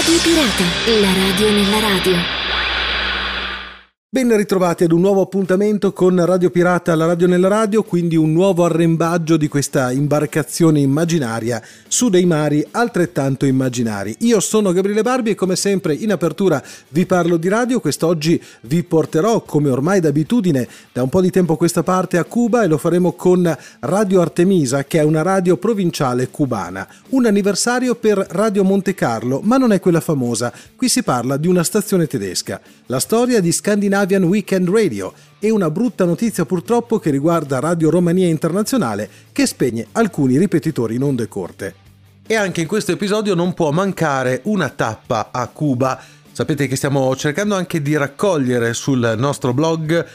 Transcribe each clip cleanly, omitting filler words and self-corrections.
Radio Pirata, la radio nella radio. Ben ritrovati ad un nuovo appuntamento con Radio Pirata, la radio nella radio, quindi un nuovo arrembaggio di questa imbarcazione immaginaria su dei mari altrettanto immaginari. Io sono Gabriele Barbi e come sempre in apertura vi parlo di radio. Quest'oggi vi porterò, come ormai d'abitudine da un po' di tempo a questa parte, a Cuba, e lo faremo con Radio Artemisa, che è una radio provinciale cubana. Un anniversario per Radio Monte Carlo, ma non è quella famosa. Qui si parla di una stazione tedesca. La storia di Scandinavian Weekend Radio e una brutta notizia purtroppo che riguarda Radio Romania Internazionale, che spegne alcuni ripetitori in onde corte. E anche in questo episodio non può mancare una tappa a Cuba. Sapete che stiamo cercando anche di raccogliere sul nostro blog,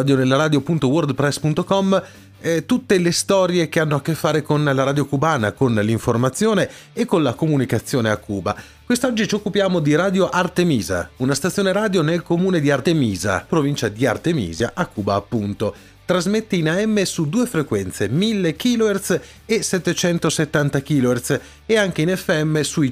laradionellaradio.wordpress.com, tutte le storie che hanno a che fare con la radio cubana, con l'informazione e con la comunicazione a Cuba. Quest'oggi ci occupiamo di Radio Artemisa, una stazione radio nel comune di Artemisa, provincia di Artemisia, a Cuba appunto. Trasmette in AM su due frequenze, 1000 kHz e 770 kHz, e anche in FM sui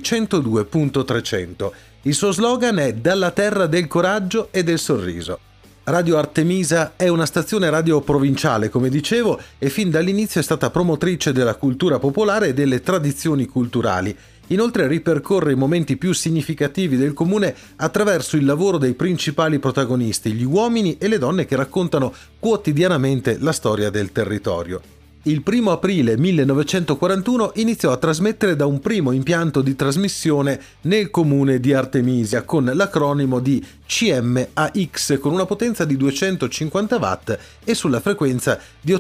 102.300. Il suo slogan è "Dalla terra del coraggio e del sorriso". Radio Artemisa è una stazione radio provinciale, come dicevo, e fin dall'inizio è stata promotrice della cultura popolare e delle tradizioni culturali. Inoltre ripercorre i momenti più significativi del comune attraverso il lavoro dei principali protagonisti, gli uomini e le donne che raccontano quotidianamente la storia del territorio. Il 1 aprile 1941 iniziò a trasmettere da un primo impianto di trasmissione nel comune di Artemisia con l'acronimo di CMAX, con una potenza di 250 watt e sulla frequenza di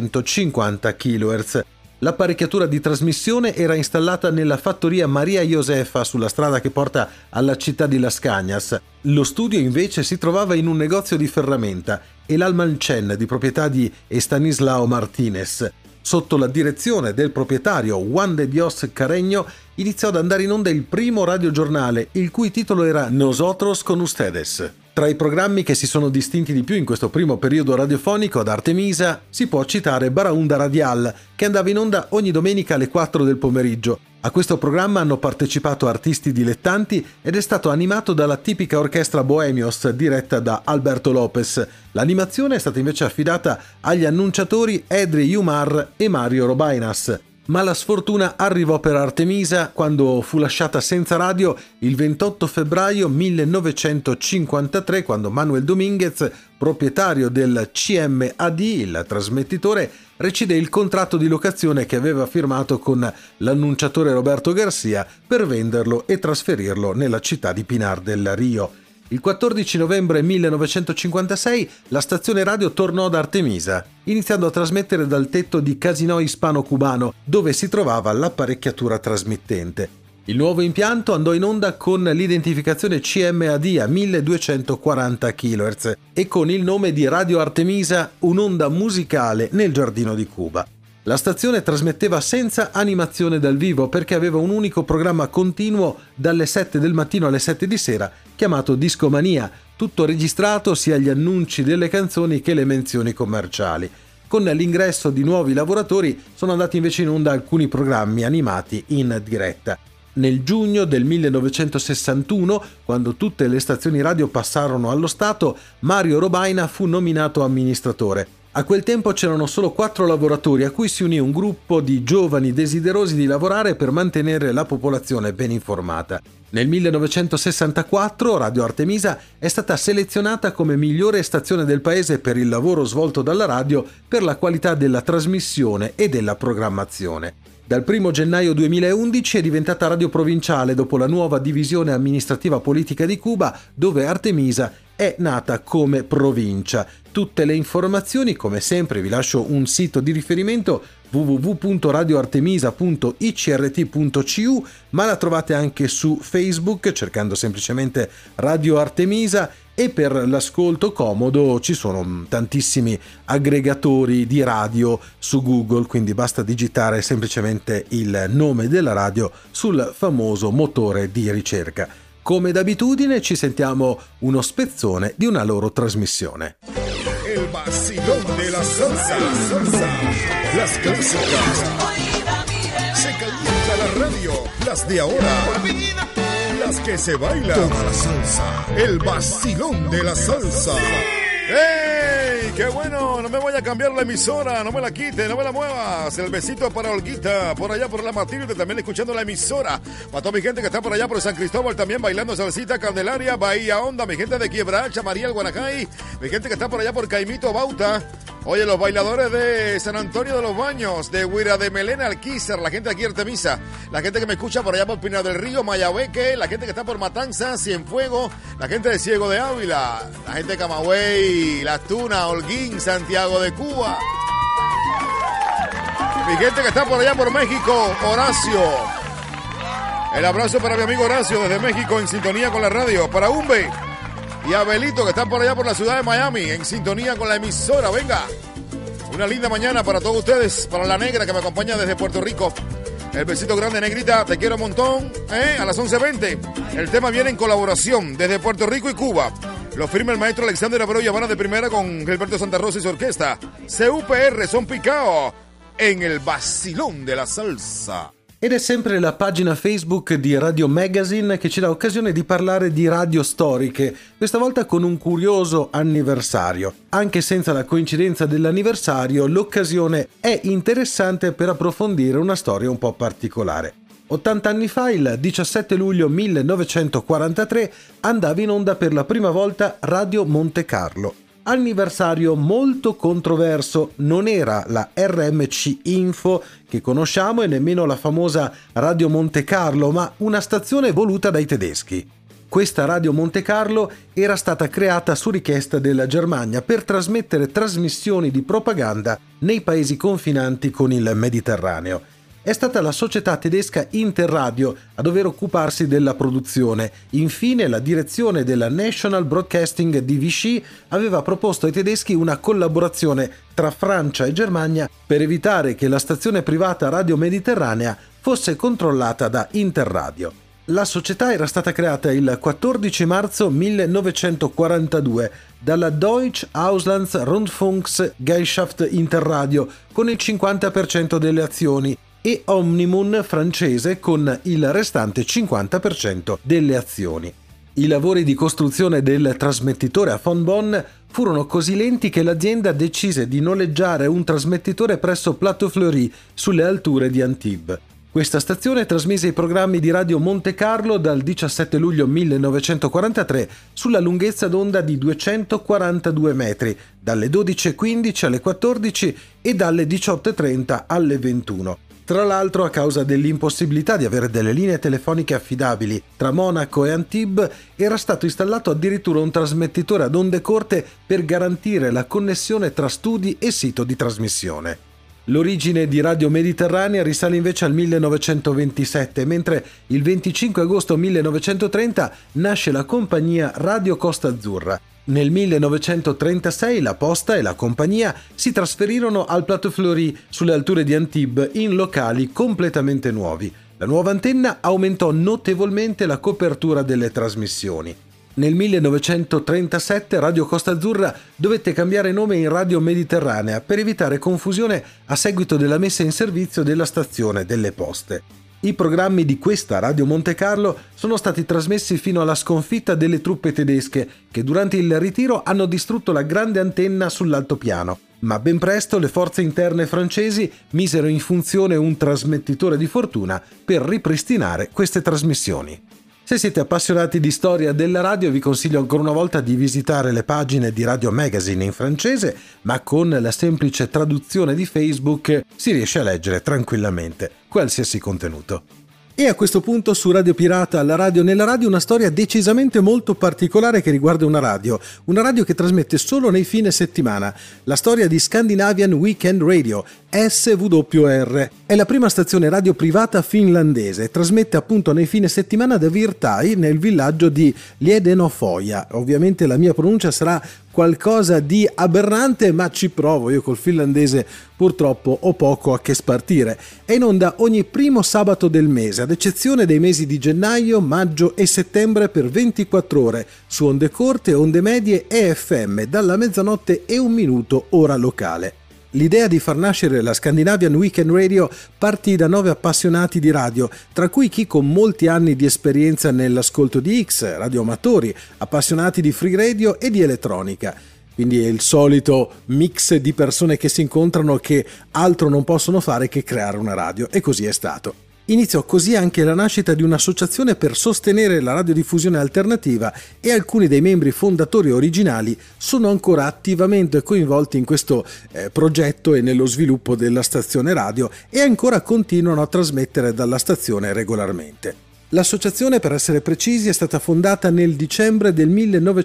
850 kHz. L'apparecchiatura di trasmissione era installata nella fattoria Maria Josefa sulla strada che porta alla città di Las Cañas. Lo studio invece si trovava in un negozio di ferramenta, El Almacén, di proprietà di Estanislao Martínez. Sotto la direzione del proprietario Juan de Dios Carreño iniziò ad andare in onda il primo radiogiornale, il cui titolo era Nosotros con ustedes. Tra i programmi che si sono distinti di più in questo primo periodo radiofonico ad Artemisa si può citare Baraunda Radial, che andava in onda ogni domenica alle 4 del pomeriggio. A questo programma hanno partecipato artisti dilettanti ed è stato animato dalla tipica orchestra Bohemios diretta da Alberto Lopez. L'animazione è stata invece affidata agli annunciatori Edri Yumar e Mario Robainas. Ma la sfortuna arrivò per Artemisa quando fu lasciata senza radio il 28 febbraio 1953, quando Manuel Dominguez, proprietario del CMAD, il trasmettitore, recide il contratto di locazione che aveva firmato con l'annunciatore Roberto Garcia per venderlo e trasferirlo nella città di Pinar del Rio. Il 14 novembre 1956 la stazione radio tornò ad Artemisa, iniziando a trasmettere dal tetto di Casino Hispano-Cubano, dove si trovava l'apparecchiatura trasmittente. Il nuovo impianto andò in onda con l'identificazione CMAD a 1240 kHz e con il nome di Radio Artemisa, un'onda musicale nel giardino di Cuba. La stazione trasmetteva senza animazione dal vivo perché aveva un unico programma continuo dalle 7 del mattino alle 7 di sera chiamato Discomania, tutto registrato sia gli annunci delle canzoni che le menzioni commerciali. Con l'ingresso di nuovi lavoratori sono andati invece in onda alcuni programmi animati in diretta. Nel giugno del 1961, quando tutte le stazioni radio passarono allo Stato, Mario Robaina fu nominato amministratore. A quel tempo c'erano solo 4 lavoratori a cui si unì un gruppo di giovani desiderosi di lavorare per mantenere la popolazione ben informata. Nel 1964 Radio Artemisa è stata selezionata come migliore stazione del paese per il lavoro svolto dalla radio, per la qualità della trasmissione e della programmazione. Dal 1 gennaio 2011 è diventata radio provinciale dopo la nuova divisione amministrativa politica di Cuba, dove Artemisa è nata come provincia. Tutte le informazioni, come sempre, vi lascio un sito di riferimento www.radioartemisa.icrt.cu, ma la trovate anche su Facebook cercando semplicemente Radio Artemisa, e per l'ascolto comodo ci sono tantissimi aggregatori di radio su Google, quindi basta digitare semplicemente il nome della radio sul famoso motore di ricerca. Come d'abitudine ci sentiamo uno spezzone di una loro trasmissione. El vacilón de la salsa. Las clásicas. Se calienta la radio. Las de ahora. Las las que se baila toda la salsa. El vacilón de la salsa. ¡Ey! ¡Qué bueno! No me voy a cambiar la emisora, no me la quite, no me la muevas. El besito para Olguita, por allá por la Matilde, también escuchando la emisora. Para toda mi gente que está por allá por San Cristóbal, también bailando salsita, Candelaria, Bahía Honda, mi gente de Quiebracha, María el Guanajay, mi gente que está por allá por Caimito, Bauta. Oye, los bailadores de San Antonio de los Baños, de Huira de Melena, Alquízar, la gente de aquí Artemisa, la gente que me escucha por allá por Pinar del Río, Mayabeque, la gente que está por Matanzas, Cienfuegos, la gente de Ciego de Ávila, la gente de Camagüey, Las Tunas, Holguín, Santiago de Cuba. Mi gente que está por allá por México, Horacio. El abrazo para mi amigo Horacio desde México en sintonía con la radio. Para Umbe y Abelito que están por allá por la ciudad de Miami en sintonía con la emisora. Venga, una linda mañana para todos ustedes. Para la negra que me acompaña desde Puerto Rico. El besito grande, negrita, te quiero un montón. A las 11:20 el tema viene en colaboración desde Puerto Rico y Cuba. Lo firma el maestro Alexander Abreu y Habana de primera con Gilberto Santa Rosa y su orquesta. CUPR, son picao en el vacilón de la salsa. Ed è sempre la pagina Facebook di Radio Magazine che ci dà occasione di parlare di radio storiche, questa volta con un curioso anniversario. Anche senza la coincidenza dell'anniversario, l'occasione è interessante per approfondire una storia un po' particolare. 80 anni fa, il 17 luglio 1943, andava in onda per la prima volta Radio Monte Carlo. Anniversario molto controverso, non era la RMC Info che conosciamo e nemmeno la famosa Radio Monte Carlo, ma una stazione voluta dai tedeschi. Questa Radio Monte Carlo era stata creata su richiesta della Germania per trasmettere trasmissioni di propaganda nei paesi confinanti con il Mediterraneo. È stata la società tedesca Interradio a dover occuparsi della produzione. Infine, la direzione della National Broadcasting di Vichy aveva proposto ai tedeschi una collaborazione tra Francia e Germania per evitare che la stazione privata Radio Mediterranea fosse controllata da Interradio. La società era stata creata il 14 marzo 1942 dalla Deutsche Auslands-Rundfunksgesellschaft Interradio con il 50% delle azioni e Omnium francese con il restante 50% delle azioni. I lavori di costruzione del trasmettitore a Fonbonne furono così lenti che l'azienda decise di noleggiare un trasmettitore presso Plateau Fleury sulle alture di Antibes. Questa stazione trasmise i programmi di Radio Monte Carlo dal 17 luglio 1943 sulla lunghezza d'onda di 242 metri, dalle 12:15 alle 14 e dalle 18:30 alle 21. Tra l'altro, a causa dell'impossibilità di avere delle linee telefoniche affidabili tra Monaco e Antibes, era stato installato addirittura un trasmettitore ad onde corte per garantire la connessione tra studi e sito di trasmissione. L'origine di Radio Mediterranea risale invece al 1927, mentre il 25 agosto 1930 nasce la compagnia Radio Costa Azzurra. Nel 1936 la Posta e la compagnia si trasferirono al Plateau Fleury sulle alture di Antibes in locali completamente nuovi. La nuova antenna aumentò notevolmente la copertura delle trasmissioni. Nel 1937 Radio Costa Azzurra dovette cambiare nome in Radio Mediterranea per evitare confusione a seguito della messa in servizio della stazione delle Poste. I programmi di questa Radio Monte Carlo sono stati trasmessi fino alla sconfitta delle truppe tedesche, che durante il ritiro hanno distrutto la grande antenna sull'altopiano. Ma ben presto le forze interne francesi misero in funzione un trasmettitore di fortuna per ripristinare queste trasmissioni. Se siete appassionati di storia della radio, vi consiglio ancora una volta di visitare le pagine di Radio Magazine in francese, ma con la semplice traduzione di Facebook si riesce a leggere tranquillamente qualsiasi contenuto. E a questo punto su Radio Pirata, la radio nella radio, una storia decisamente molto particolare che riguarda una radio che trasmette solo nei fine settimana, la storia di Scandinavian Weekend Radio, SWR. È la prima stazione radio privata finlandese, trasmette appunto nei fine settimana da Virtai nel villaggio di Liedenofoja. Ovviamente la mia pronuncia sarà qualcosa di aberrante, ma ci provo, io col finlandese purtroppo ho poco a che spartire. È in onda ogni primo sabato del mese, ad eccezione dei mesi di gennaio, maggio e settembre per 24 ore, su onde corte, onde medie e FM, dalla mezzanotte e 1 minuto ora locale. L'idea di far nascere la Scandinavian Weekend Radio partì da 9 appassionati di radio, tra cui chi con molti anni di esperienza nell'ascolto di X, radioamatori, appassionati di free radio e di elettronica. Quindi è il solito mix di persone che si incontrano che altro non possono fare che creare una radio, e così è stato. Iniziò così anche la nascita di un'associazione per sostenere la radiodiffusione alternativa, e alcuni dei membri fondatori originali sono ancora attivamente coinvolti in questo progetto e nello sviluppo della stazione radio, e ancora continuano a trasmettere dalla stazione regolarmente. L'associazione, per essere precisi, è stata fondata nel dicembre del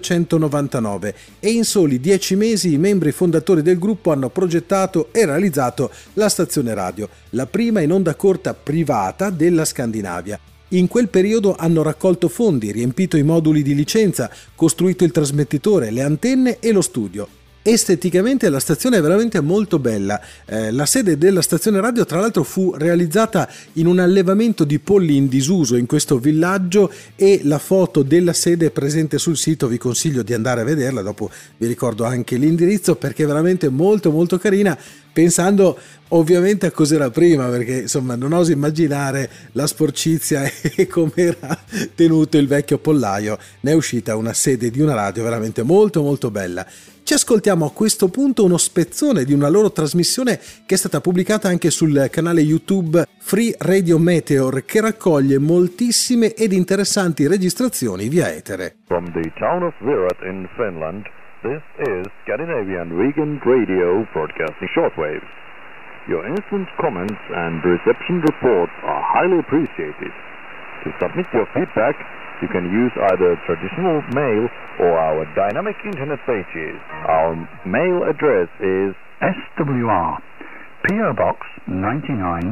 1999 e in soli 10 mesi i membri fondatori del gruppo hanno progettato e realizzato la stazione radio, la prima in onda corta privata della Scandinavia. In quel periodo hanno raccolto fondi, riempito i moduli di licenza, costruito il trasmettitore, le antenne e lo studio. Esteticamente la stazione è veramente molto bella. La sede della stazione radio tra l'altro fu realizzata in un allevamento di polli in disuso in questo villaggio, e la foto della sede è presente sul sito, vi consiglio di andare a vederla, dopo vi ricordo anche l'indirizzo perché è veramente molto molto carina, pensando ovviamente a cos'era prima, perché insomma non oso immaginare la sporcizia e come era tenuto il vecchio pollaio. Ne è uscita una sede di una radio veramente molto molto bella. Ci ascoltiamo a questo punto uno spezzone di una loro trasmissione che è stata pubblicata anche sul canale YouTube Free Radio Meteor, che raccoglie moltissime ed interessanti registrazioni via etere. From the town of Virat in Finland, this is Scandinavian Weekend Radio broadcasting shortwave. Your instant comments and reception reports are highly appreciated. To submit your feedback, you can use either traditional mail or our dynamic internet pages. Our mail address is SWR, PO Box 99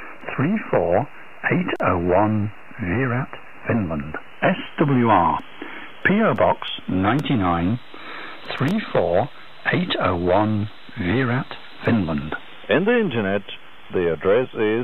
34801 Virat, Finland. SWR, PO Box 99 34801 Virat, Finland. in the internet. The address is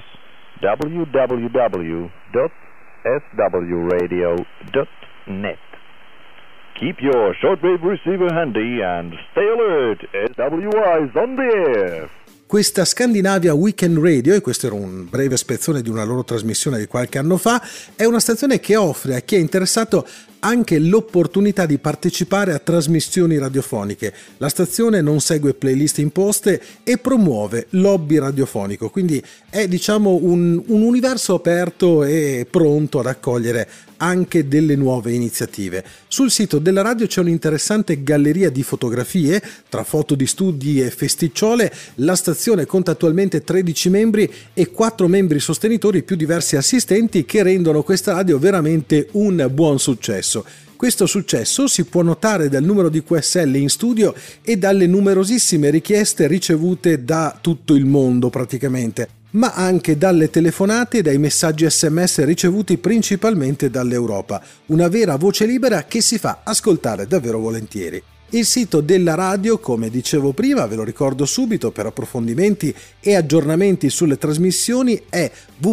www.swradio.net. Keep your shortwave receiver handy and stay alert. SWR is on the air. Questa Scandinavia Weekend Radio, e questo era un breve spezzone di una loro trasmissione di qualche anno fa, è una stazione che offre a chi è interessato anche l'opportunità di partecipare a trasmissioni radiofoniche. La stazione non segue playlist imposte e promuove l'hobby radiofonico, quindi è un universo aperto e pronto ad accogliere anche delle nuove iniziative. Sul sito della radio c'è un'interessante galleria di fotografie, tra foto di studi e festicciole. La stazione conta attualmente 13 membri e 4 membri sostenitori più diversi assistenti che rendono questa radio veramente un buon successo. Questo successo si può notare dal numero di QSL in studio e dalle numerosissime richieste ricevute da tutto il mondo praticamente, ma anche dalle telefonate e dai messaggi SMS ricevuti principalmente dall'Europa. Una vera voce libera che si fa ascoltare davvero volentieri. Il sito della radio, come dicevo prima, ve lo ricordo subito per approfondimenti e aggiornamenti sulle trasmissioni, è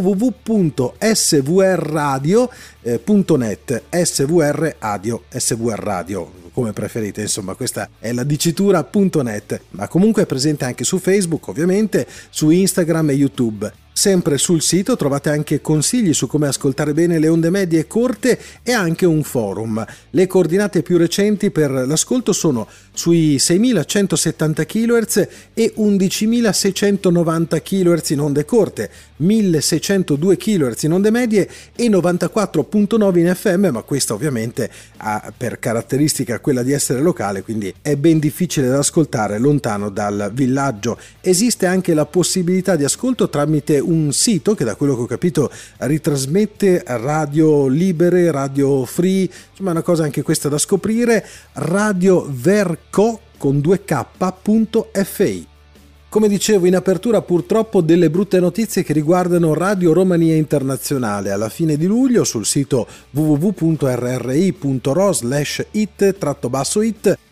www.svrradio.net, SVR Radio, come preferite, insomma questa è la dicitura.net, ma comunque è presente anche su Facebook, ovviamente, su Instagram e YouTube. Sempre sul sito trovate anche consigli su come ascoltare bene le onde medie e corte e anche un forum. Le coordinate più recenti per l'ascolto sono sui 6.170 kHz e 11.690 kHz in onde corte, 1.602 kHz in onde medie e 94.9 in FM, ma questa ovviamente ha per caratteristica quella di essere locale, quindi è ben difficile da ascoltare lontano dal villaggio. Esiste anche la possibilità di ascolto tramite un sito che, da quello che ho capito, ritrasmette radio libere, radio free, insomma è una cosa anche questa da scoprire, radioverco con 2k.fi. Come dicevo in apertura, purtroppo delle brutte notizie che riguardano Radio Romania Internazionale. Alla fine di luglio sul sito www.rri.ro/it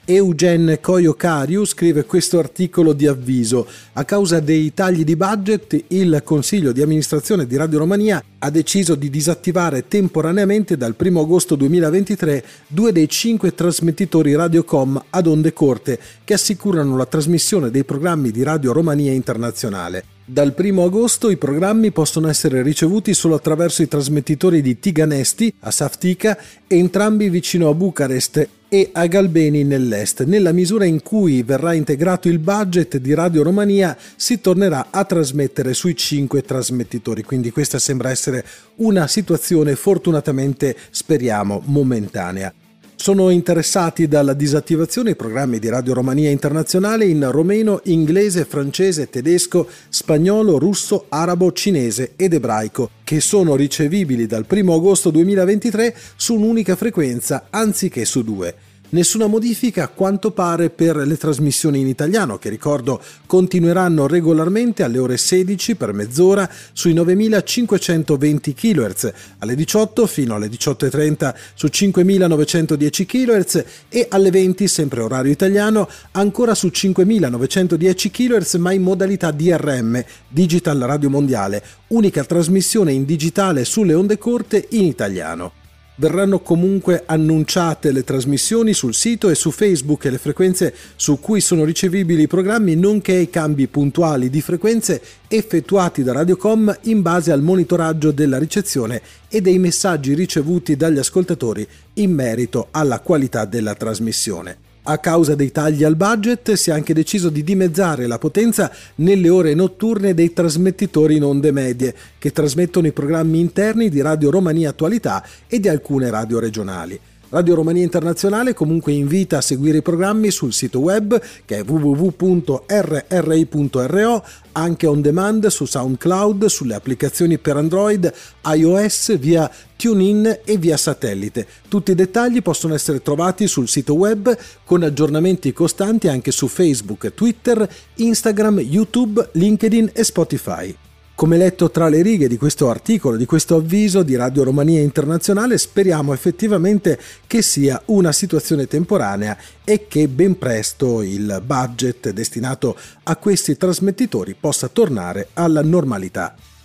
Eugen Coiocariu scrive questo articolo di avviso. A causa dei tagli di budget, il Consiglio di amministrazione di Radio Romania ha deciso di disattivare temporaneamente dal 1 agosto 2023 2 dei 5 trasmettitori Radiocom ad onde corte che assicurano la trasmissione dei programmi di Radio Romania Internazionale. Dal 1 agosto i programmi possono essere ricevuti solo attraverso i trasmettitori di Tiganesti a Saftica, entrambi vicino a Bucarest, e a Galbeni nell'est. Nella misura in cui verrà integrato il budget di Radio Romania si tornerà a trasmettere sui 5 trasmettitori, quindi questa sembra essere una situazione fortunatamente, speriamo, momentanea. Sono interessati dalla disattivazione i programmi di Radio Romania Internazionale in romeno, inglese, francese, tedesco, spagnolo, russo, arabo, cinese ed ebraico, che sono ricevibili dal 1 agosto 2023 su un'unica frequenza anziché su 2. Nessuna modifica a quanto pare per le trasmissioni in italiano, che ricordo continueranno regolarmente alle ore 16 per mezz'ora sui 9520 kHz, alle 18 fino alle 18.30 su 5910 kHz e alle 20, sempre orario italiano, ancora su 5910 kHz ma in modalità DRM, Digital Radio Mondiale, unica trasmissione in digitale sulle onde corte in italiano. Verranno comunque annunciate le trasmissioni sul sito e su Facebook e le frequenze su cui sono ricevibili i programmi, nonché i cambi puntuali di frequenze effettuati da Radiocom in base al monitoraggio della ricezione e dei messaggi ricevuti dagli ascoltatori in merito alla qualità della trasmissione. A causa dei tagli al budget si è anche deciso di dimezzare la potenza nelle ore notturne dei trasmettitori in onde medie, che trasmettono i programmi interni di Radio Romania Attualità e di alcune radio regionali. Radio Romania Internazionale comunque invita a seguire i programmi sul sito web, che è www.rri.ro, anche on demand su SoundCloud, sulle applicazioni per Android, iOS, via TuneIn e via satellite. Tutti i dettagli possono essere trovati sul sito web, con aggiornamenti costanti anche su Facebook, Twitter, Instagram, YouTube, LinkedIn e Spotify. Come letto tra le righe di questo articolo, di questo avviso di Radio Romania Internazionale, speriamo effettivamente che sia una situazione temporanea e che ben presto il budget destinato a questi trasmettitori possa tornare alla normalità.